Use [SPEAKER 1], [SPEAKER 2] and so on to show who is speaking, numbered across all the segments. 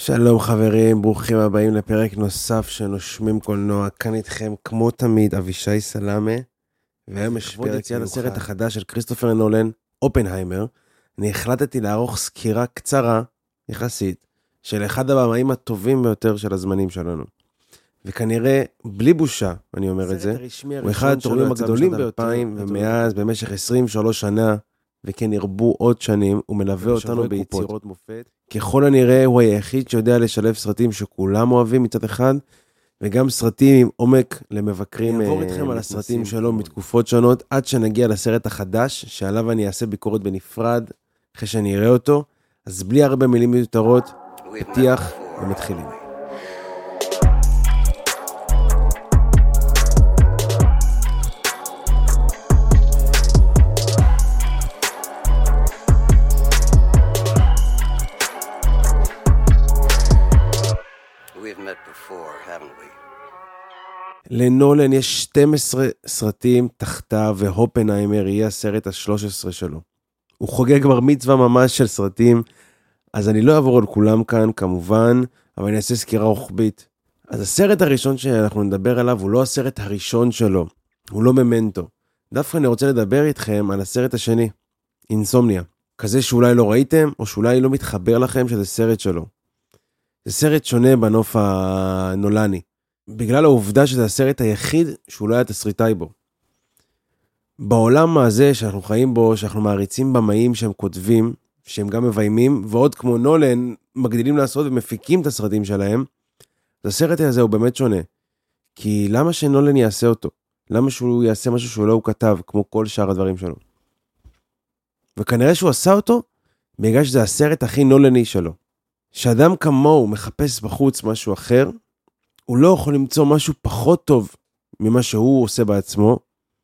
[SPEAKER 1] שלום חברים, ברוכים הבאים לפרק נוסף של נושמים קולנוע. כאן איתכם כמו תמיד אבישי סלאמה, והיום יש פרק יציאת הסרט החדש של כריסטופר נולן, אופנהיימר. אני החלטתי לערוך סקירה קצרה יחסית של אחד הבמאים הטובים ביותר של הזמנים שלנו, וכנראה בלי בושה אני אומר את זה, הוא אחד התורמים הגדולים ביותר, ומאז במשך 23 שנה וכן ירבו עוד שנים, הוא מלווה אותנו ביצירות מופת. ככל הנראה הוא היחיד שיודע לשלב סרטים שכולם אוהבים מצד אחד, וגם סרטים עם עומק למבקרים. אני אעבור איתכם על הסרטים שלו מתקופות שונות, עד שנגיע לסרט החדש, שעליו אני אעשה ביקורת בנפרד, אחרי שאני אראה אותו. אז בלי הרבה מילים מיותרות, פתיח ומתחילים. לנולן יש 12 סרטים תחתיו, והופנהיימר יהיה הסרט ה-13 שלו. הוא חוגג בר מצווה ממש של סרטים, אז אני לא אעבור על כולם כאן כמובן, אבל אני אעשה סקירה רוחבית. אז הסרט הראשון שאנחנו נדבר עליו הוא לא הסרט הראשון שלו, הוא לא ממנטו. דווקא אני רוצה לדבר איתכם על הסרט השני, אינסומניה. כזה שאולי לא ראיתם, או שאולי לא מתחבר לכם שזה סרט שלו. זה סרט שונה בנוף הנולני. בגלל העובדה שזה הסרט היחיד שהוא לא היה תסריטאי בו. בעולם הזה שאנחנו חיים בו, שאנחנו מעריצים במאים שהם כותבים, שהם גם מביימים, ועוד כמו נולן מגדילים לעשות ומפיקים את הסרטים שלהם, אז הסרט הזה הוא באמת שונה. כי למה שנולן יעשה אותו? למה שהוא יעשה משהו שהוא לא הוא כתב, כמו כל שאר הדברים שלו? וכנראה שהוא עשה אותו, בגלל שזה הסרט הכי נולני שלו. שאדם כמוהו מחפש בחוץ משהו אחר, הוא לא יכול למצוא משהו פחות טוב ממה שהוא עושה בעצמו,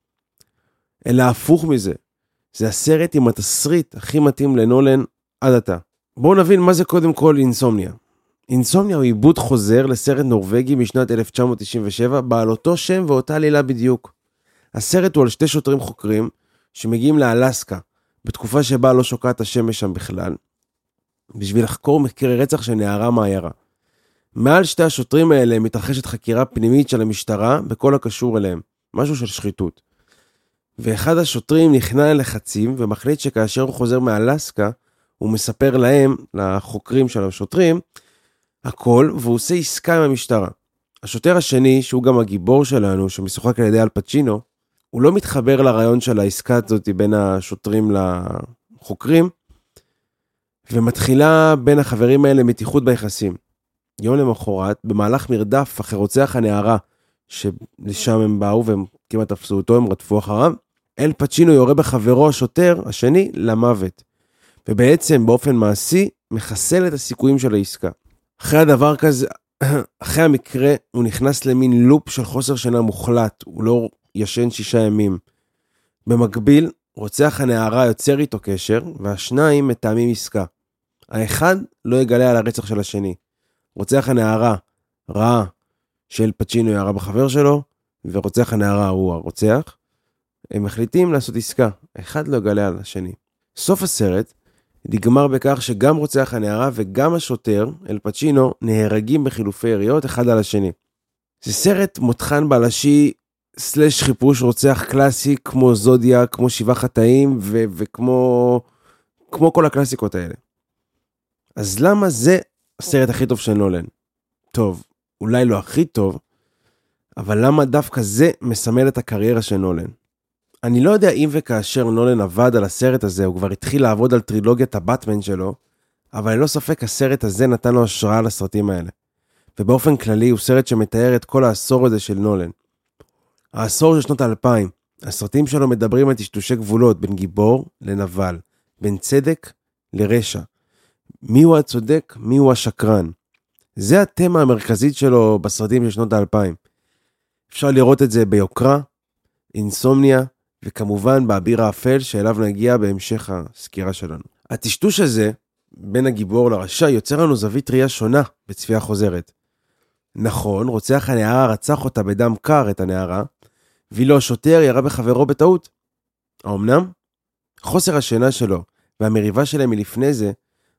[SPEAKER 1] אלא הפוך מזה. זה הסרט עם התסריט הכי מתאים לנולן עד עתה. בואו נבין מה זה קודם כל אינסומניה. אינסומניה הוא עיבוד חוזר לסרט נורווגי משנת 1997, בעל אותו שם ואותה עלילה בדיוק. הסרט הוא על שתי שוטרים חוקרים שמגיעים לאלסקה, בתקופה שבה לא שוקעת השמש שם בכלל, בשביל לחקור מקרה רצח של נערה מהעיירה. מעל שתי השוטרים האלה מתרחשת חקירה פנימית של המשטרה בכל הקשור אליהם, משהו של שחיתות. ואחד השוטרים נכנע ללחצים ומחליט שכאשר הוא חוזר מאלסקה, הוא מספר להם, לחוקרים של השוטרים, הכל, והוא עושה עסקה עם המשטרה. השוטר השני, שהוא גם הגיבור שלנו, שמשוחק על ידי אל פצ'ינו, הוא לא מתחבר לרעיון של העסקה הזאת בין השוטרים לחוקרים, ומתחילה בין החברים האלה מתיחות ביחסים. יום למחרת, במהלך מרדף אחרי רוצח הנערה, שלשם הם באו והם כמעט תפסו אותו, הם רדפו אחריו, אל פצ'ינו יורה בחברו השוטר השני למוות, ובעצם באופן מעשי מחסל את הסיכויים של העסקה. אחרי הדבר כזה, אחרי המקרה, הוא נכנס למין לופ של חוסר שינה מוחלט, הוא לא ישן 6 ימים. במקביל, רוצח הנערה יוצר איתו קשר, והשניים מתאמים עסקה. האחד לא יגלה על הרצח של השני. רוצח הנערה ראה שאל פצ'ינו ירה בחבר שלו, ורוצח הנערה הוא הרוצח. הם מחליטים לעשות עסקה, אחד לא יגלה על השני. סוף הסרט נגמר בכך שגם רוצח הנערה וגם השוטר, אל פצ'ינו, נהרגים בחילופי יריות אחד על השני. זה סרט מותחן בלשי, סלש חיפוש רוצח קלאסי, כמו זודיה, כמו 7 חטאים, וכמו כל הקלאסיקות האלה. אז למה זה הסרט הכי טוב של נולן? טוב, אולי לא הכי טוב, אבל למה דווקא זה מסמל את הקריירה של נולן? אני לא יודע אם וכאשר נולן עבד על הסרט הזה, הוא כבר התחיל לעבוד על טרילוגיית הבטמן שלו, אבל ללא ספק הסרט הזה נתן לו השראה לסרטים האלה. ובאופן כללי הוא סרט שמתאר את כל העשור הזה של נולן. העשור של שנות 2000, הסרטים שלו מדברים על טשטושי גבולות בין גיבור לנבל, בין צדק לרשע. מי הוא הצודק, מי הוא השקרן. זה התמה המרכזית שלו בסרטים של שנות 2000. אפשר לראות את זה ביוקרה, אינסומניה, וכמובן באביר האפל שאליו נגיע בהמשך הסקירה שלנו. הטשטוש הזה, בין הגיבור לרשע, יוצר לנו זווית ראייה שונה בצפייה חוזרת. נכון, רוצח הנערה רצח אותה בדם קר את הנערה, ואילו השוטר ירה בחברו בטעות. האמנם? חוסר השינה שלו והמריבה שלהם מלפני זה,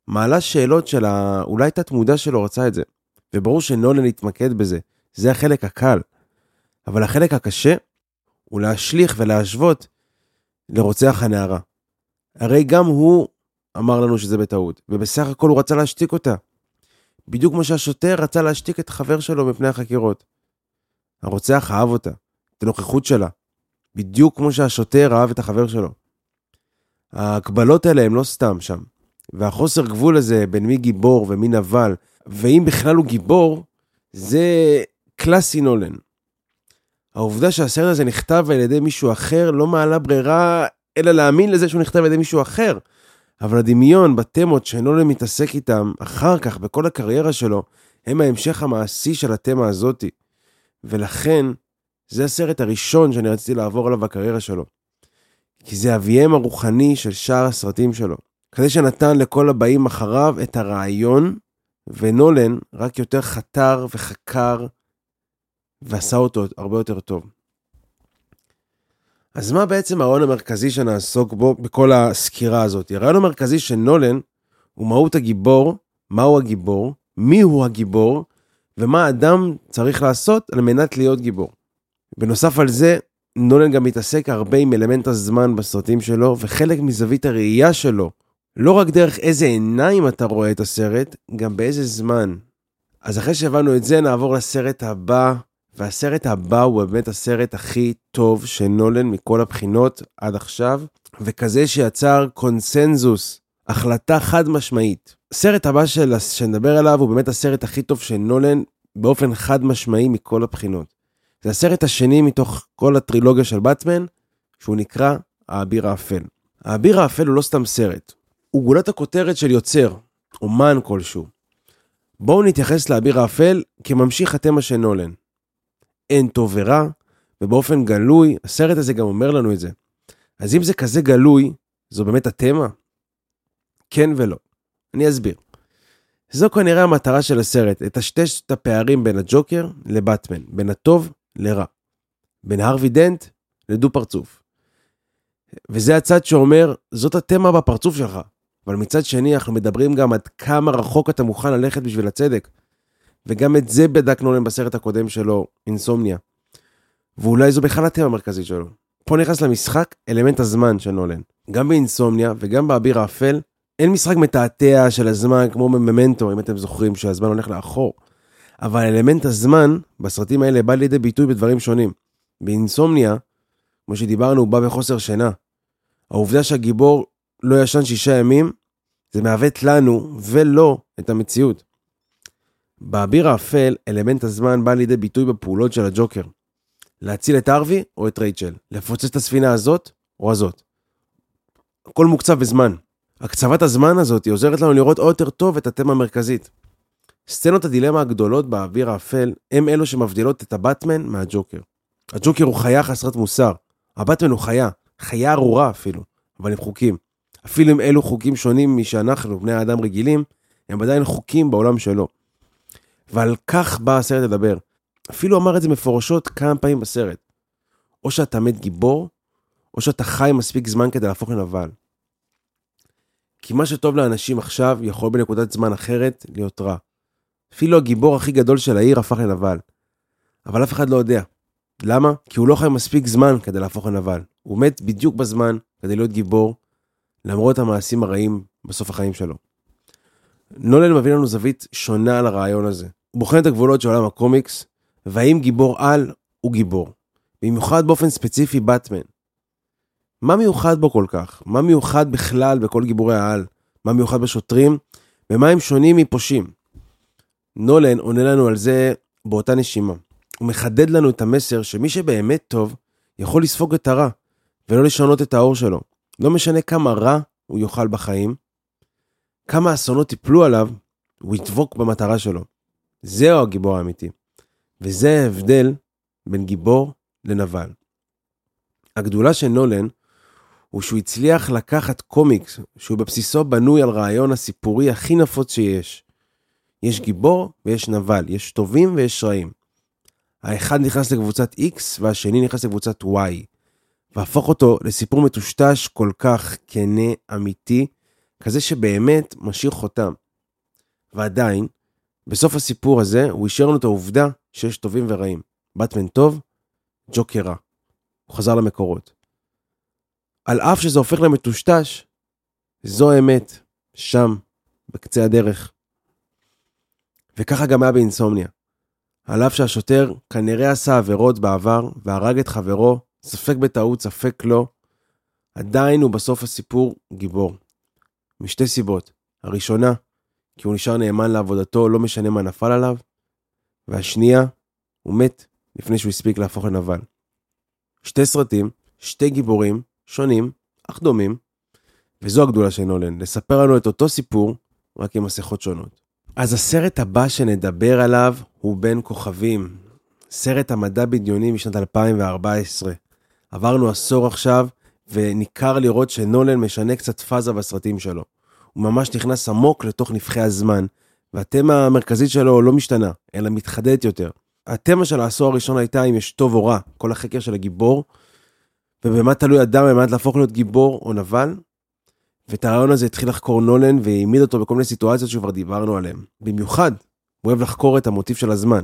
[SPEAKER 1] מעלה שאלות של אולי את התמודה שלו רצה את זה. וברור שנולן יתמקד בזה. זה החלק הקל. אבל החלק הקשה הוא להשליך ולהשוות לרוצח הנערה. הרי גם הוא אמר לנו שזה בטעות, ובסך הכל הוא רצה להשתיק אותה. בדיוק כמו שהשוטר רצה להשתיק את חבר שלו מפני החקירות. הרוצח אהב אותה, את הנוכחות שלה. בדיוק כמו שהשוטר אהב את החבר שלו. ההקבלות האלה הם לא סתם שם. והחוסר גבול הזה בין מי גיבור ומי נבל, ואם בכלל הוא גיבור, זה קלאסי נולן. העובדה שהסרט הזה נכתב על ידי מישהו אחר לא מעלה ברירה, אלא להאמין לזה שהוא נכתב על ידי מישהו אחר. אבל הדמיון בתמות שנולן מתעסק איתם אחר כך בכל הקריירה שלו, הם ההמשך המעשי של התמה הזאת. ולכן, זה הסרט הראשון שאני רציתי לעבור עליו בקריירה שלו. כי זה אביהם הרוחני של שאר הסרטים שלו. כדי שנתן לכל הבאים אחריו את הרעיון, ונולן רק יותר חתר וחקר, ועשה אותו הרבה יותר טוב. אז מה בעצם הרעיון המרכזי שנעסוק בו בכל הסקירה הזאת? הרעיון המרכזי של נולן הוא מהות הגיבור, מהו הגיבור, מי הוא הגיבור, ומה האדם צריך לעשות על מנת להיות גיבור. בנוסף על זה, נולן גם מתעסק הרבה עם אלמנט הזמן בסרטים שלו, וחלק מזווית הראייה שלו, לא רק דרך איזה עיניים אתה רואה את הסרט, גם באיזה זמן. אז אחרי שהבנו את זה, נעבור לסרט הבא, והסרט הבא הוא באמת הסרט הכי טוב של נולן מכל הבחינות עד עכשיו, וכזה שיצר קונסנזוס, החלטה חד משמעית. הסרט הבא שנדבר עליו הוא באמת הסרט הכי טוב של נולן, באופן חד משמעי מכל הבחינות. זה הסרט השני מתוך כל הטרילוגיה של באטמן, שהוא נקרא האביר האפל. האביר האפל הוא לא סתם סרט, הוא גולת הכותרת של יוצר, אומן כלשהו. בואו נתייחס לאביר האפל כממשיך התמה של נולן. אין טוב ורע, ובאופן גלוי, הסרט הזה גם אומר לנו את זה. אז אם זה כזה גלוי, זו באמת התמה? כן ולא. אני אסביר. זו כנראה המטרה של הסרט, לטשטש את הפערים בין הג'וקר לבטמן, בין הטוב לרע. בין הרווי דנט לדו פרצוף. וזה הצד שאומר, זאת התמה בפרצוף שלך. אבל מצד שני, אנחנו מדברים גם עד כמה רחוק אתה מוכן ללכת בשביל הצדק. וגם את זה בדק נולן בסרט הקודם שלו, אינסומניה. ואולי זו בכלל התמה המרכזית שלו. פה נכנס למשחק אלמנט הזמן של נולן. גם באינסומניה וגם באביר האפל, אין משחק מתעתע של הזמן כמו ממנטו, אם אתם זוכרים שהזמן הולך לאחור. אבל אלמנט הזמן בסרטים האלה בא לידי ביטוי בדברים שונים. באינסומניה, כמו שדיברנו, הוא בא בחוסר שינה. העובדה שהגיבור לא ישן 6 ימים, זה מעוות לנו ולא את המציאות. באביר האפל, אלמנט הזמן בא לידי ביטוי בפעולות של הג'וקר. להציל את ארווי או את רייצ'ל. לפוצץ את הספינה הזאת או הזאת. הכל מוקצב בזמן. הקצבת הזמן הזאת היא עוזרת לנו לראות עוד יותר טוב את התמה המרכזית. סצנות הדילמה הגדולות באביר האפל הם אלו שמבדילות את הבטמן מהג'וקר. הג'וקר הוא חיה חסרת מוסר. הבטמן הוא חיה ארורה אפילו, אבל עם חוקים. אפילו אם אלו חוקים שונים משאנחנו, בני האדם רגילים, הם עדיין חוקים בעולם שלו. ועל כך בא הסרט לדבר. אפילו אמר את זה מפורשות כמה פעמים בסרט. או שאתה מת גיבור, או שאתה חי מספיק זמן כדי להפוך לנבל. כי מה שטוב לאנשים עכשיו יכול בנקודת זמן אחרת להיות רע. אפילו הגיבור הכי גדול של העיר הפך לנבל. אבל אף אחד לא יודע. למה? כי הוא לא חי מספיק זמן כדי להפוך לנבל. הוא מת בדיוק בזמן כדי להיות גיבור, למרות המעשים הרעים בסוף החיים שלו. נולן מביא לנו זווית שונה על הרעיון הזה. הוא בוחן את הגבולות של עולם הקומיקס, והאם גיבור על הוא גיבור. במיוחד באופן ספציפי באטמן. מה מיוחד בו כל כך? מה מיוחד בכלל בכל גיבורי העל? מה מיוחד בשוטרים? ומה הם שונים מפושים? נולן עונה לנו על זה באותה נשימה. הוא מחדד לנו את המסר שמי שבאמת טוב יכול לספוג את הרע, ולא לשנות את האור שלו. לא משנה כמה רע הוא יאכל בחיים, כמה אסונות טיפלו עליו, הוא ידבוק במטרה שלו. זהו הגיבור האמיתי. וזה ההבדל בין גיבור לנבל. הגדולה של נולן הוא שהוא הצליח לקחת קומיקס שהוא בבסיסו בנוי על רעיון הסיפורי הכי נפוץ שיש. יש גיבור ויש נבל, יש טובים ויש רעים. האחד נכנס לקבוצת X והשני נכנס לקבוצת Y. והפוך אותו לסיפור מטושטש כל כך כנה, אמיתי, כזה שבאמת משאיר חותם. ועדיין, בסוף הסיפור הזה, הוא אישר לנו את העובדה שיש טובים ורעים. באטמן טוב, ג'וקר רע. הוא חזר למקורות. על אף שזה הופך למטושטש, זו האמת, שם, בקצה הדרך. וככה גם היה באינסומניה. על אף שהשוטר כנראה עשה עבירות בעבר, והרג את חברו, ספק בטעות, ספק לא, עדיין הוא בסוף הסיפור גיבור. משתי סיבות. הראשונה, כי הוא נשאר נאמן לעבודתו, לא משנה מה נפל עליו. והשנייה, הוא מת לפני שהוא הספיק להפוך לנבל. שתי סרטים, שתי גיבורים, שונים, אך דומים, וזו הגדולה של נולן, לספר לנו את אותו סיפור, רק עם מסכות שונות. אז הסרט הבא שנדבר עליו הוא בין כוכבים. סרט המדע בדיוני משנת 2014. עברנו עשור עכשיו, וניכר לראות שנולן משנה קצת פאזה בסרטים שלו. הוא ממש נכנס עמוק לתוך נבחי הזמן, והתמה המרכזית שלו לא משתנה, אלא מתחדדת יותר. התמה של העשור הראשון הייתה אם יש טוב או רע, כל החקר של הגיבור, ובמה תלוי אדם על מנת להפוך להיות גיבור או נבל, ואת הרעיון הזה התחיל לחקור נולן, והעמיד אותו בכל מיני סיטואציות שכבר דיברנו עליהן. במיוחד, הוא אוהב לחקור את המוטיב של הזמן.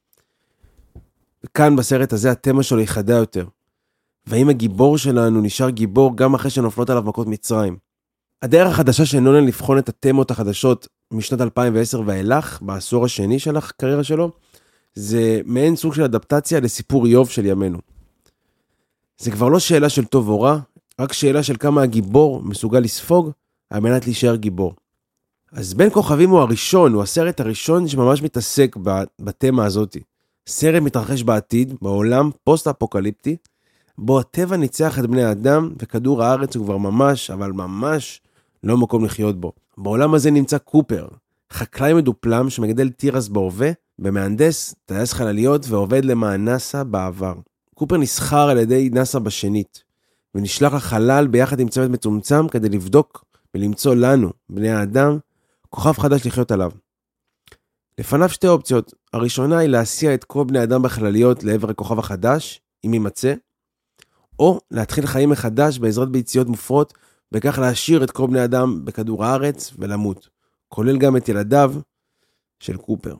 [SPEAKER 1] וכאן בסרט הזה התמה שלו היא חדה יותר. והאם הגיבור שלנו נשאר גיבור גם אחרי שנופלות עליו מכות מצרים. הדרך החדשה של נולן לבחון את התמות החדשות משנת 2010 ואילך, בעשור השני של הקריירה שלו, זה מעין סוג של אדפטציה לסיפור איוב של ימינו. זה כבר לא שאלה של טוב או רע, רק שאלה של כמה הגיבור מסוגל לספוג על מנת להישאר גיבור. אז בין כוכבים הוא הראשון, הוא הסרט הראשון שממש מתעסק בתמה הזאת. סרט מתרחש בעתיד, בעולם פוסט-אפוקליפטי, בו הטבע ניצח את בני האדם, וכדור הארץ הוא כבר ממש, אבל ממש לא מקום לחיות בו. בעולם הזה נמצא קופר, חקלאי מדופלם שמגדל תירס בהווה, במהנדס, טייס חלליות ועובד למען נאסא בעבר. קופר נסחר על ידי נאסא בשנית, ונשלח לחלל ביחד עם צוות מצומצם כדי לבדוק ולמצוא לנו, בני האדם, כוכב חדש לחיות עליו. לפניו שתי אופציות. הראשונה היא להסיע את כל בני אדם בחלליות לעבר הכוכב החדש, אם יימצא, או להתחיל חיים מחדש בעזרת ביציות מופרות, וכך להשאיר את כל בני אדם בכדור הארץ ולמות, כולל גם את ילדיו של קופר.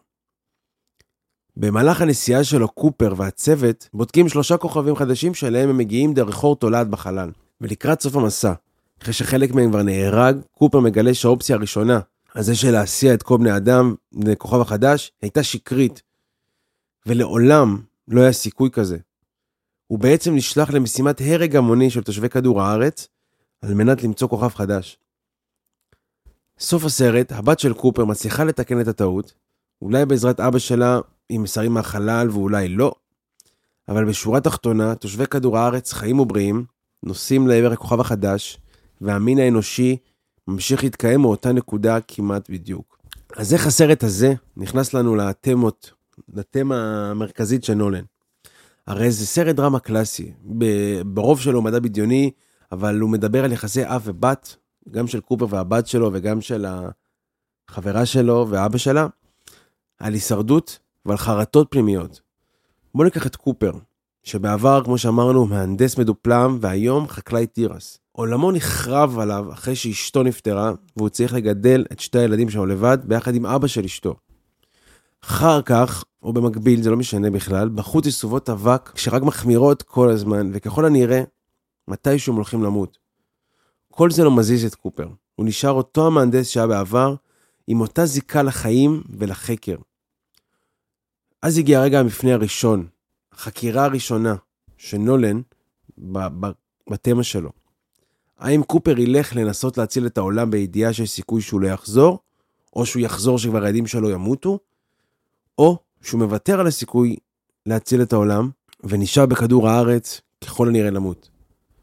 [SPEAKER 1] במהלך הנסיעה שלו קופר והצוות בודקים 3 כוכבים חדשים שלהם הם מגיעים דרך חור תולד בחלל. ולקראת סוף המסע, אחרי שחלק מהם כבר נהרג, קופר מגלה שהאופציה הראשונה, הזה של להסיע את כל בני אדם לכוכב החדש, הייתה שקרית. ולעולם לא היה סיכוי כזה. הוא בעצם נשלח למשימת הרג המוני של תושבי כדור הארץ, על מנת למצוא כוכב חדש. סוף הסרט, הבת של קופר מצליחה לתקן את הטעות, אולי בעזרת אבא שלה עם מסרים מהחלל ואולי לא, אבל בשורה תחתונה, תושבי כדור הארץ חיים ובריאים, נוסעים לעבר הכוכב החדש, והמין האנושי ממשיך להתקיים מאותה נקודה כמעט בדיוק. אז איך הסרט הזה נכנס לנו לתמה המרכזית של נולן? הרי זה סרט דרמה קלאסי, ברוב שלו מדע בדיוני, אבל הוא מדבר על יחסי אב ובת, גם של קופר והבת שלו, וגם של החברה שלו ואבא שלה, על הישרדות ועל חרטות פנימיות. בואו ניקח את קופר, שבעבר, כמו שאמרנו, מהנדס מדופלם, והיום חקלאי תירס. עולמו נחרב עליו אחרי שאשתו נפטרה, והוא צריך לגדל את 2 הילדים שלו לבד, ביחד עם אבא של אשתו. אחר כך, או במקביל, זה לא משנה בכלל, בחוץ יש סובות אבק שרק מחמירות כל הזמן, וככל הנראה, מתישהו הם הולכים למות. כל זה לא מזיז את קופר. הוא נשאר אותו המהנדס שהיה בעבר, עם אותה זיקה לחיים ולחקר. אז הגיע הרגע המפנה הראשון, החקירה הראשונה של נולן בתמה שלו. האם קופר ילך לנסות להציל את העולם בידיעה שיש סיכוי שהוא לא יחזור, או שהוא יחזור שכבר הילדים שלו ימותו, או שהוא מוותר על הסיכוי להציל את העולם, ונשאר בכדור הארץ ככל הנראה למות.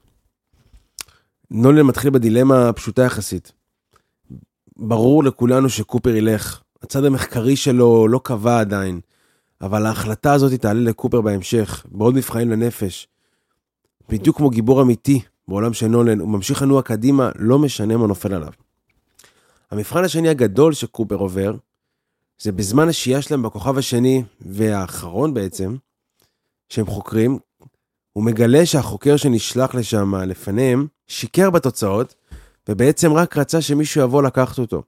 [SPEAKER 1] נולן מתחיל בדילמה פשוטה יחסית. ברור לכולנו שקופר ילך. הצד המחקרי שלו לא קבע עדיין, אבל ההחלטה הזאת תעלה לקופר בהמשך, בעוד מבחנים לנפש. בדיוק כמו גיבור אמיתי בעולם של נולן, הוא ממשיך לנוע קדימה, לא משנה מה נופל עליו. המבחן השני הגדול שקופר עובר, זה בזמן השהייה שלהם בכוכב השני, והאחרון בעצם, שהם חוקרים, הוא מגלה שהחוקר שנשלח לשם לפניהם, שיקר בתוצאות, ובעצם רק רצה שמישהו יבוא לקחת אותו.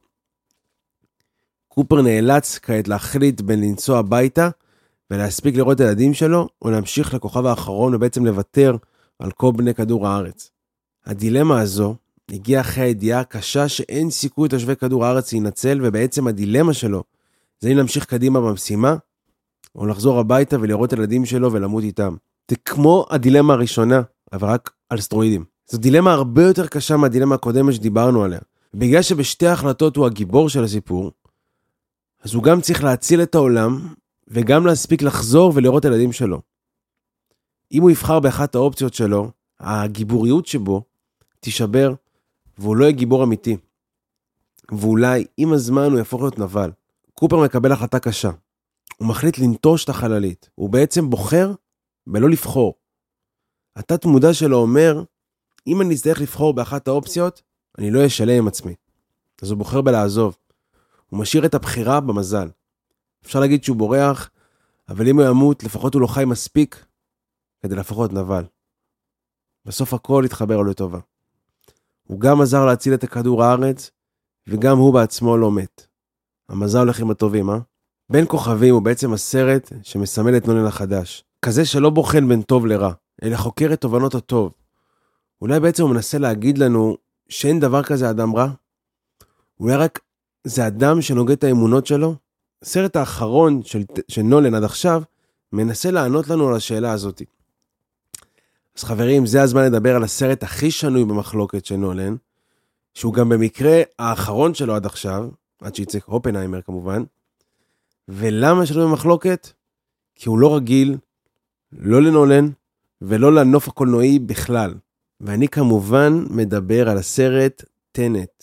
[SPEAKER 1] קופר נאלץ כעת להחליט בין לנסוע הביתה, ולהספיק לראות את הילדים שלו, או להמשיך לכוכב האחרון, ובעצם לוותר על כל בני כדור הארץ. הדילמה הזו הגיעה אחרי הידיעה הקשה שאין סיכוי תושבי כדור הארץ להינצל, ובעצם הדילמה שלו זה אם להמשיך קדימה במשימה, או לחזור הביתה ולראות את הילדים שלו ולמות איתם. זה כמו הדילמה הראשונה, אבל רק על סטרואידים. זו דילמה הרבה יותר קשה מהדילמה הקודמת שדיברנו עליה. בגלל שבשתי ההחלטות הוא הגיבור של הסיפור, אז הוא גם צריך להציל את העולם, וגם להספיק לחזור ולראות את הילדים שלו. אם הוא יבחר באחת האופציות שלו, הגיבוריות שבו תישבר, והוא לא יהיה גיבור אמיתי. ואולי עם הזמן הוא יהפוך להיות נבל. קופר מקבל החלטה קשה. הוא מחליט לנטוש את החללית. הוא בעצם בוחר בלא לבחור. התת מודע שלו אומר, אם אני אצטרך לבחור באחת האופציות, אני לא אשלם עם עצמי. אז הוא בוחר בלעזוב. הוא משאיר את הבחירה במזל. אפשר להגיד שהוא בורח, אבל אם הוא ימות, לפחות הוא לא חי מספיק כדי להפוך להיות נבל. בסוף הכל יתחבר לו לטובה. הוא גם עזר להציל את כדור הארץ, וגם הוא בעצמו לא מת. המזל הולך עם הטובים, בין כוכבים הוא בעצם הסרט שמסמל את נולן החדש. כזה שלא בוחן בין טוב לרע, אלא חוקר את תובנות הטוב. אולי בעצם הוא מנסה להגיד לנו שאין דבר כזה אדם רע? אולי רק זה אדם שנוגע את האמונות שלו? הסרט האחרון של נולן עד עכשיו מנסה לענות לנו על השאלה הזאת. אז חברים, זה הזמן לדבר על הסרט הכי שנוי במחלוקת של נולן, שהוא גם במקרה האחרון שלו עד עכשיו, עד שיצא אופנהיימר כמובן. ולמה שנוי במחלוקת? כי הוא לא רגיל, לא לנולן, ולא לנוף הקולנועי בכלל. ואני כמובן מדבר על הסרט טנט.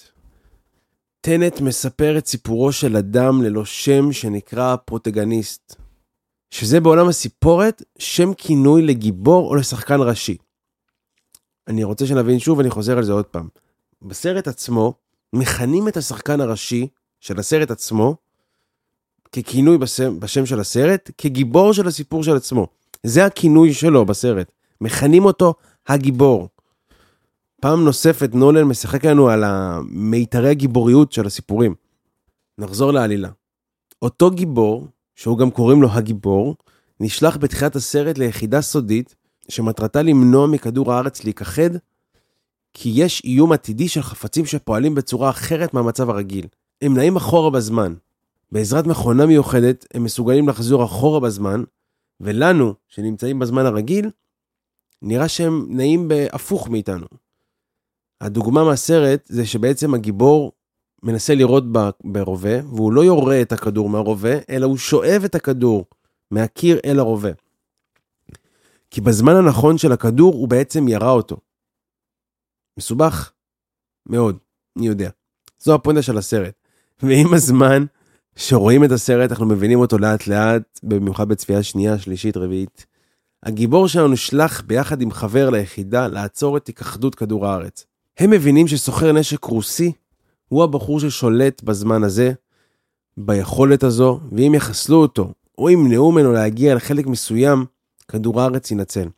[SPEAKER 1] טנט מספר את סיפורו של אדם ללא שם שנקרא פרוטגניסט. שזה בעולם הסיפורת שם כינוי לגיבור או לשחקן ראשי. אני רוצה שנבין שוב ואני חוזר על זה עוד פעם. בסרט עצמו מכנים את השחקן הראשי של הסרט עצמו ככינוי בשם של הסרט, כגיבור של הסיפור של עצמו. זה הכינוי שלו בסרט. מכנים אותו הגיבור. פעם נוספת נולן משחק לנו על המיתרי הגיבוריות של הסיפורים. נחזור לעלילה. אותו גיבור, שהוא גם קוראים לו הגיבור, נשלח בתחילת הסרט ליחידה סודית, שמטרתה למנוע מכדור הארץ להיכחד, כי יש איום עתידי של חפצים שפועלים בצורה אחרת מהמצב הרגיל. הם נעים אחורה בזמן. בעזרת מכונה מיוחדת, הם מסוגלים לחזור אחורה בזמן, ולנו, שנמצאים בזמן הרגיל, נראה שהם נעים בהפוך מאיתנו. הדוגמה מהסרט זה שבעצם הגיבור מנסה לירות ברובה, והוא לא יורה את הכדור מהרובה, אלא הוא שואב את הכדור מהקיר אל הרובה. כי בזמן הנכון של הכדור הוא בעצם ירה אותו. מסובך? מאוד, אני יודע. זו הפואנטה של הסרט. ועם הזמן שרואים את הסרט, אנחנו מבינים אותו לאט לאט, במיוחד בצפייה שנייה, שלישית, רביעית. הגיבור שלנו נשלח ביחד עם חבר ליחידה לעצור את היכחדות כדור הארץ. הם מבינים שסוחר נשק רוסי הוא הבחור ששולט בזמן הזה, ביכולת הזו, ואם יחסלו אותו, או ימנעו ממנו להגיע לחלק מסוים, כדור הארץ ינצל.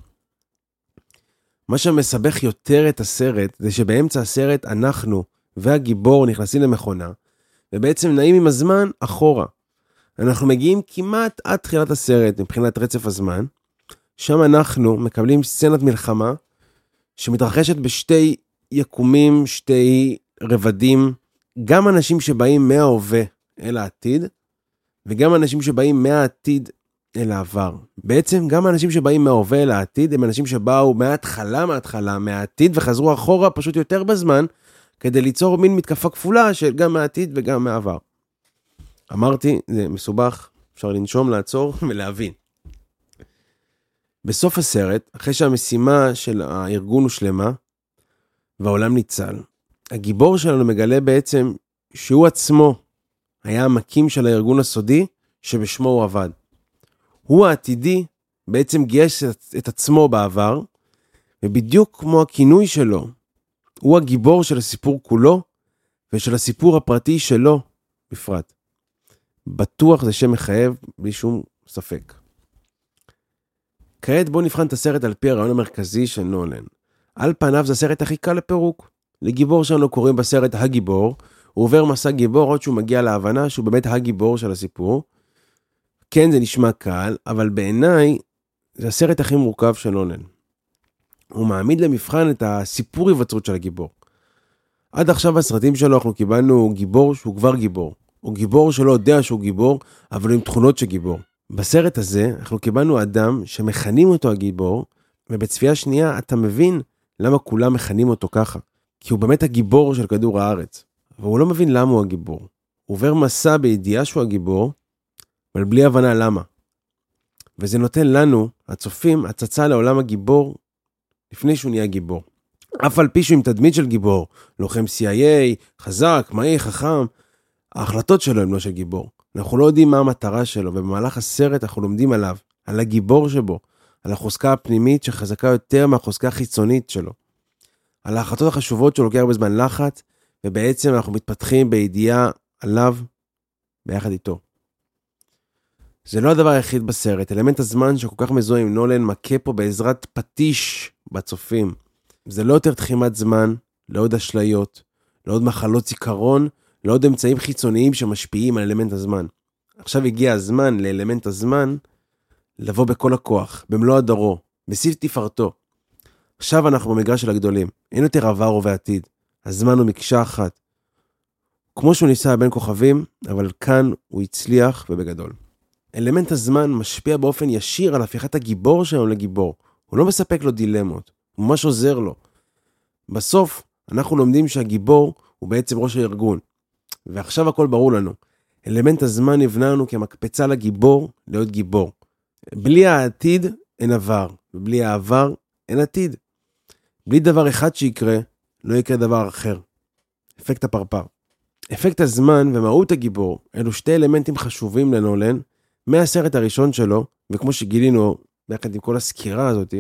[SPEAKER 1] מה שמסבך יותר את הסרט, זה שבאמצע הסרט אנחנו והגיבור נכנסים למכונה, ובעצם נעים עם הזמן אחורה. אנחנו מגיעים כמעט עד תחילת הסרט, מבחינת רצף הזמן, שם אנחנו מקבלים סצנת מלחמה, שמתרחשת בשתי יקומים, שתי רבדים, גם אנשים שבאים מההווה אל העתיד, וגם אנשים שבאים מהעתיד אל העבר. בעצם גם אנשים שבאים מההווה אל העתיד, הם אנשים שבאו מההתחלה, מהעתיד, וחזרו אחורה פשוט יותר בזמן, כדי ליצור מין מתקפה כפולה של גם מהעתיד וגם מהעבר. אמרתי, זה מסובך, אפשר לנשום, לעצור ולהבין. בסוף הסרט, אחרי שהמשימה של הארגון הושלמה, והעולם ניצל, הגיבור שלנו מגלה בעצם שהוא עצמו היה המקים של הארגון הסודי שבשמו הוא עבד. הוא העתידי בעצם גייס את עצמו בעבר, ובדיוק כמו הכינוי שלו, הוא הגיבור של הסיפור כולו, ושל הסיפור הפרטי שלו בפרט. בטוח זה שם מחייב בלי שום ספק. כעת בואו נבחן את הסרט על פי הרעיון המרכזי של נולן. על פניו זה הסרט הכי קל לפירוק. לגיבור שלנו קוראים בסרט הגיבור, הוא עובר מסע גיבור עוד שהוא מגיע להבנה שהוא באמת הגיבור של הסיפור. כן, זה נשמע קל, אבל בעיניי זה הסרט הכי מורכב של נולן. הוא מעמיד למבחן את הסיפור היווצרות של הגיבור. עד עכשיו בסרטים שלו אנחנו קיבלנו גיבור שהוא כבר גיבור, או גיבור שלא יודע שהוא גיבור, אבל עם תכונות של גיבור. בסרט הזה אנחנו קיבלנו אדם שמכנים אותו הגיבור, ובצפייה שנייה אתה מבין למה כולם מכנים אותו ככה. כי הוא באמת הגיבור של כדור הארץ, והוא לא מבין למה הוא הגיבור. הוא עובר מסע בידיעה שהוא הגיבור, אבל בלי הבנה למה. וזה נותן לנו, הצופים, הצצה לעולם הגיבור, לפני שהוא נהיה גיבור. אף על פי שהוא עם תדמית של גיבור, לוחם CIA, חזק, מהיר, חכם, ההחלטות שלו הם לא של גיבור. אנחנו לא יודעים מה המטרה שלו, ובמהלך הסרט אנחנו לומדים עליו, על הגיבור שבו, על החוזקה הפנימית שחזקה יותר מהחוזקה החיצונית שלו, על ההחלטות החשובות שהוא לוקח בזמן לחץ, ובעצם אנחנו מתפתחים בידיעה עליו ביחד איתו. זה לא הדבר היחיד בסרט, אלמנט הזמן שכל כך מזוהה עם נולן מכה פה בעזרת פטיש בצופים. זה לא יותר תחימת זמן, לא עוד אשליות, לא עוד מחלות זיכרון, לא עוד אמצעים חיצוניים שמשפיעים על אלמנט הזמן. עכשיו הגיע הזמן לאלמנט הזמן לבוא בכל הכוח, במלוא הדרו, בסיב תפארתו. עכשיו אנחנו במגרש של הגדולים, אין יותר עבר ועתיד, הזמן הוא מקשה אחת. כמו שהוא ניסה בין כוכבים, אבל כאן הוא הצליח ובגדול. אלמנט הזמן משפיע באופן ישיר על הפיכת הגיבור שלנו לגיבור. הוא לא מספק לו דילמות, הוא ממש עוזר לו. בסוף אנחנו לומדים שהגיבור הוא בעצם ראש הארגון. ועכשיו הכל ברור לנו. אלמנט הזמן נבנה לנו כמקפצה לגיבור להיות גיבור. בלי העתיד אין עבר, ובלי העבר אין עתיד. בלי דבר אחד שיקרה, לא יקרה דבר אחר. אפקט הפרפר. אפקט הזמן ומהות הגיבור, אלו שתי אלמנטים חשובים לנולן, מהסרט הראשון שלו, וכמו שגילינו, ביחד עם כל הסקירה הזאת,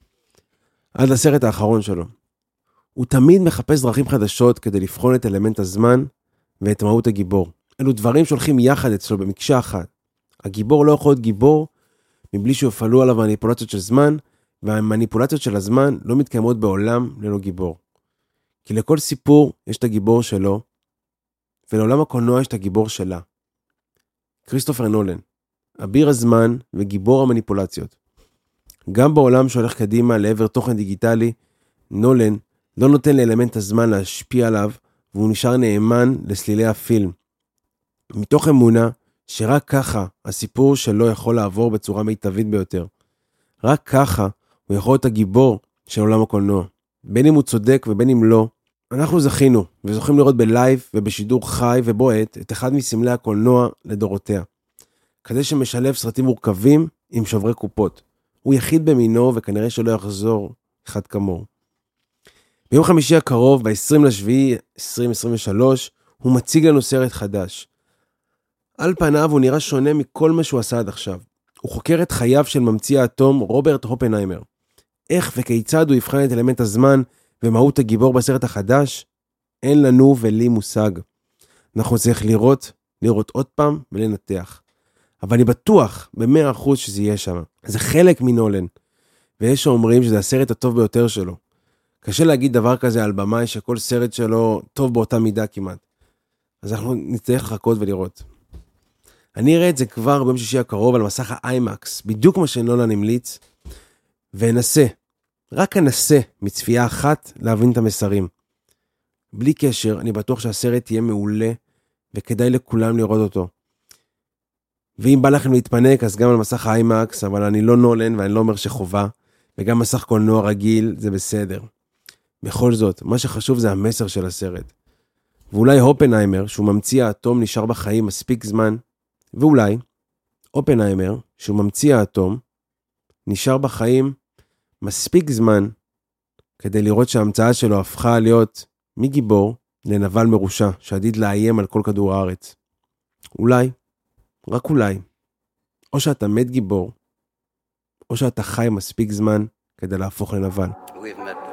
[SPEAKER 1] עד לסרט האחרון שלו. הוא תמיד מחפש דרכים חדשות כדי לבחון את אלמנט הזמן ואת מהות הגיבור. אלו דברים שהולכים יחד אצלו במקשה אחת. הגיבור לא יכול להיות גיבור מבלי שיופעלו עליו מניפולציות של זמן, והמניפולציות של הזמן לא מתקיימות בעולם ללא גיבור. כי לכל סיפור יש את הגיבור שלו, ולעולם הקולנוע יש את הגיבור שלה. כריסטופר נולן, אביר הזמן וגיבור המניפולציות. גם בעולם שהולך קדימה לעבר תוכן דיגיטלי, נולן לא נותן לאלמנט הזמן להשפיע עליו, והוא נשאר נאמן לסלילי הפילם. מתוך אמונה שרק ככה הסיפור שלו יכול לעבור בצורה מיטבית ביותר. רק ככה הוא יכול להיות הגיבור של עולם הקולנוע. בין אם הוא צודק ובין אם לא, אנחנו זכינו וזוכים לראות בלייב ובשידור חי ובועט את אחד מסמלי הקולנוע לדורותיה. כזה שמשלב סרטים מורכבים עם שוברי קופות. הוא יחיד במינו וכנראה שלא יחזור אחד כמוהו. ביום חמישי הקרוב, ב-20/7/2023, הוא מציג לנו סרט חדש. על פניו הוא נראה שונה מכל מה שהוא עשה עד עכשיו. הוא חוקר את חייו של ממציא האטום רוברט אופנהיימר. איך וכיצד הוא יבחן את אלמנט הזמן ומהות הגיבור בסרט החדש? אין לנו ולי מושג. אנחנו צריך לראות עוד פעם ולנתח. אבל אני בטוח ב100% שזה יהיה שם. זה חלק מנולן. ויש שאומרים שזה הסרט הטוב ביותר שלו. קשה להגיד דבר כזה על במאי שכל סרט שלו טוב באותה מידה כמעט. אז אנחנו נצטרך לחכות ולראות. אני אראה את זה כבר ביום שישי הקרוב על מסך האיימקס, בדיוק כמו שנולן המליץ, ואנסה, רק אנסה מצפייה אחת להבין את המסרים. בלי קשר, אני בטוח שהסרט יהיה מעולה, וכדאי לכולם לראות אותו. ואם בא לכם להתפנק, אז גם על מסך האיימקס, אבל אני לא נולן ואני לא אומר שחובה, וגם מסך קולנוע רגיל, זה בסדר. בכל זאת, מה שחשוב זה המסר של הסרט. ואולי אופנהיימר, שהוא ממציא האטום, נשאר בחיים מספיק זמן, ואולי אופנהיימר, שהוא ממציא האטום, נשאר בחיים מספיק זמן, כדי לראות שההמצאה שלו הפכה להיות מגיבור לנבל מרושע, שעדיד לאיים על כל כדור הארץ. אולי, רק אולי, או שאתה מת גיבור, או שאתה חי מספיק זמן כדי להפוך לנבל.